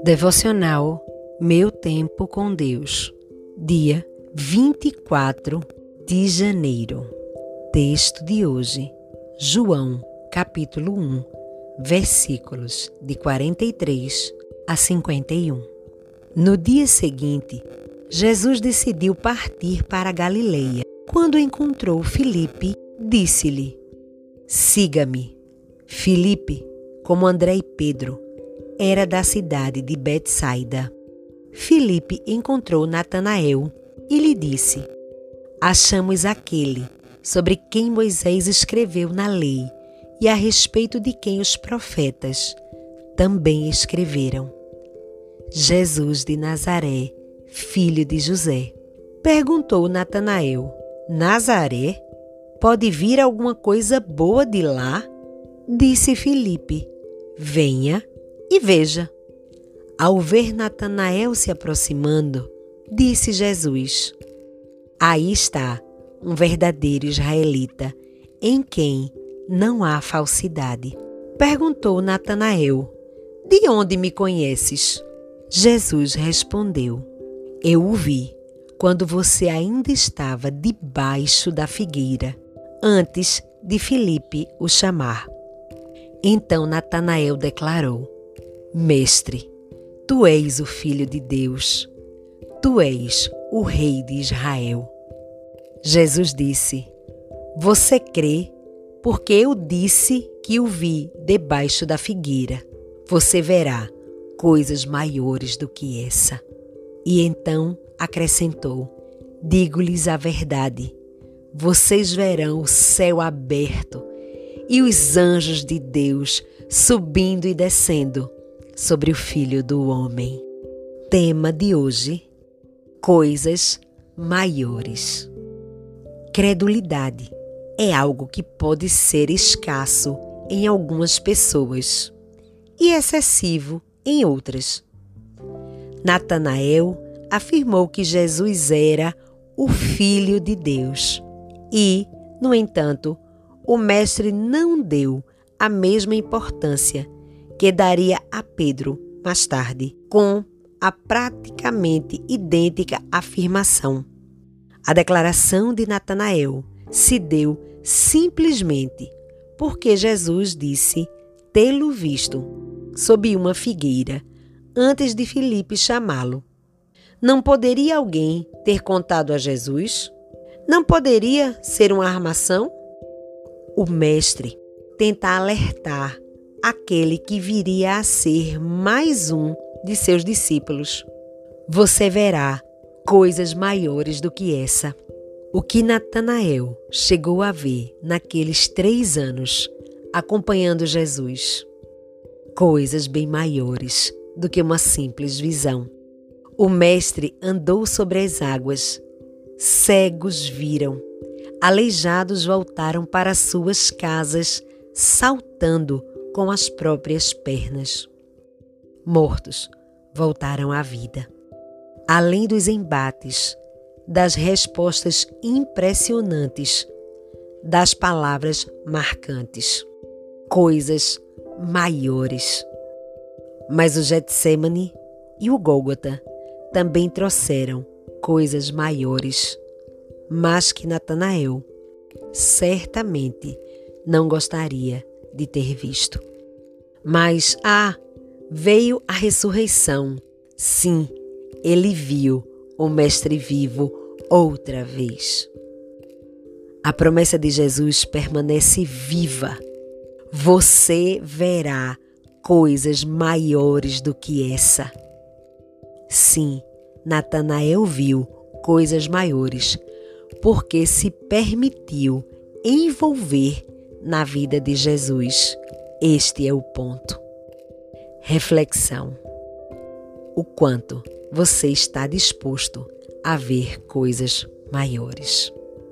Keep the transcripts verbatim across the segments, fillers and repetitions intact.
Devocional Meu Tempo com Deus, dia vinte e quatro de janeiro. Texto de hoje, João, capítulo um, versículos de quarenta e três a cinquenta e um. No dia seguinte, Jesus decidiu partir para a Galileia. Quando encontrou Filipe, disse-lhe: "Siga-me." Filipe, como André e Pedro, era da cidade de Betsaida. Filipe encontrou Natanael e lhe disse: "Achamos aquele sobre quem Moisés escreveu na lei e a respeito de quem os profetas também escreveram, Jesus de Nazaré, filho de José." Perguntou Natanael: "Nazaré? Pode vir alguma coisa boa de lá?" Disse Filipe: "Venha e veja." Ao ver Natanael se aproximando, disse Jesus: "Aí está um verdadeiro israelita, em quem não há falsidade." Perguntou Natanael: "De onde me conheces?" Jesus respondeu: "Eu o vi quando você ainda estava debaixo da figueira, antes de Filipe o chamar." Então Natanael declarou: "Mestre, tu és o Filho de Deus, tu és o Rei de Israel." Jesus disse: "Você crê porque eu disse que o vi debaixo da figueira. Você verá coisas maiores do que essa." E então acrescentou: "Digo-lhes a verdade, vocês verão o céu aberto e os anjos de Deus subindo e descendo sobre o Filho do Homem." Tema de hoje: coisas maiores. Credulidade é algo que pode ser escasso em algumas pessoas e excessivo em outras. Natanael afirmou que Jesus era o Filho de Deus e, no entanto, o mestre não deu a mesma importância que daria a Pedro mais tarde, com a praticamente idêntica afirmação. A declaração de Natanael se deu simplesmente porque Jesus disse tê-lo visto sob uma figueira antes de Filipe chamá-lo. Não poderia alguém ter contado a Jesus? Não poderia ser uma armação? O mestre tenta alertar aquele que viria a ser mais um de seus discípulos. Você verá coisas maiores do que essa. O que Natanael chegou a ver naqueles três anos acompanhando Jesus. Coisas bem maiores do que uma simples visão. O mestre andou sobre as águas. Cegos viram. Aleijados voltaram para suas casas, saltando com as próprias pernas. Mortos voltaram à vida. Além dos embates, das respostas impressionantes, das palavras marcantes, coisas maiores. Mas o Getsêmani e o Gólgota também trouxeram coisas maiores, mas que Natanael certamente não gostaria de ter visto. Mas, ah, veio a ressurreição. Sim, ele viu o Mestre vivo outra vez. A promessa de Jesus permanece viva. Você verá coisas maiores do que essa. Sim, Natanael viu coisas maiores, porque se permitiu envolver na vida de Jesus. Este é o ponto. Reflexão: o quanto você está disposto a ver coisas maiores?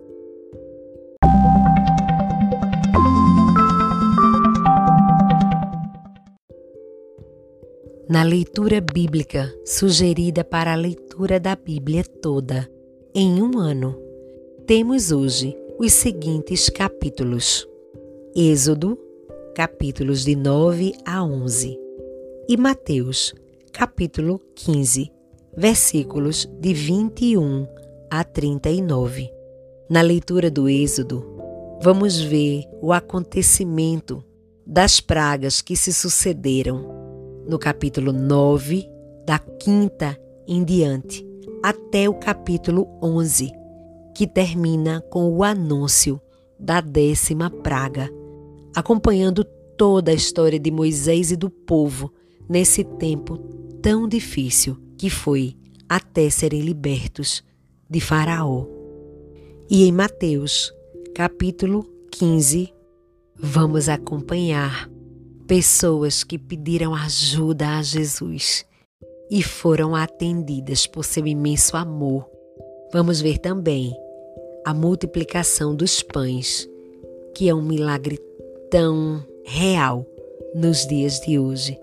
Na leitura bíblica sugerida para a leitura da Bíblia toda em um ano, temos hoje os seguintes capítulos: Êxodo, capítulos de nove a onze, e Mateus, capítulo quinze, versículos de vinte e um a trinta e nove. Na leitura do Êxodo, vamos ver o acontecimento das pragas que se sucederam no capítulo nove, da quinta em diante, até o capítulo onze, que termina com o anúncio da décima praga, acompanhando toda a história de Moisés e do povo nesse tempo tão difícil que foi até serem libertos de Faraó. E em Mateus, capítulo quinze, vamos acompanhar pessoas que pediram ajuda a Jesus e foram atendidas por seu imenso amor. Vamos ver também a multiplicação dos pães, que é um milagre tão real nos dias de hoje.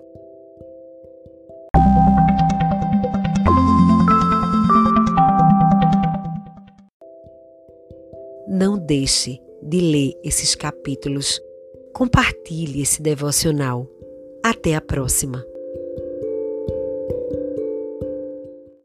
Não deixe de ler esses capítulos. Compartilhe esse devocional. Até a próxima!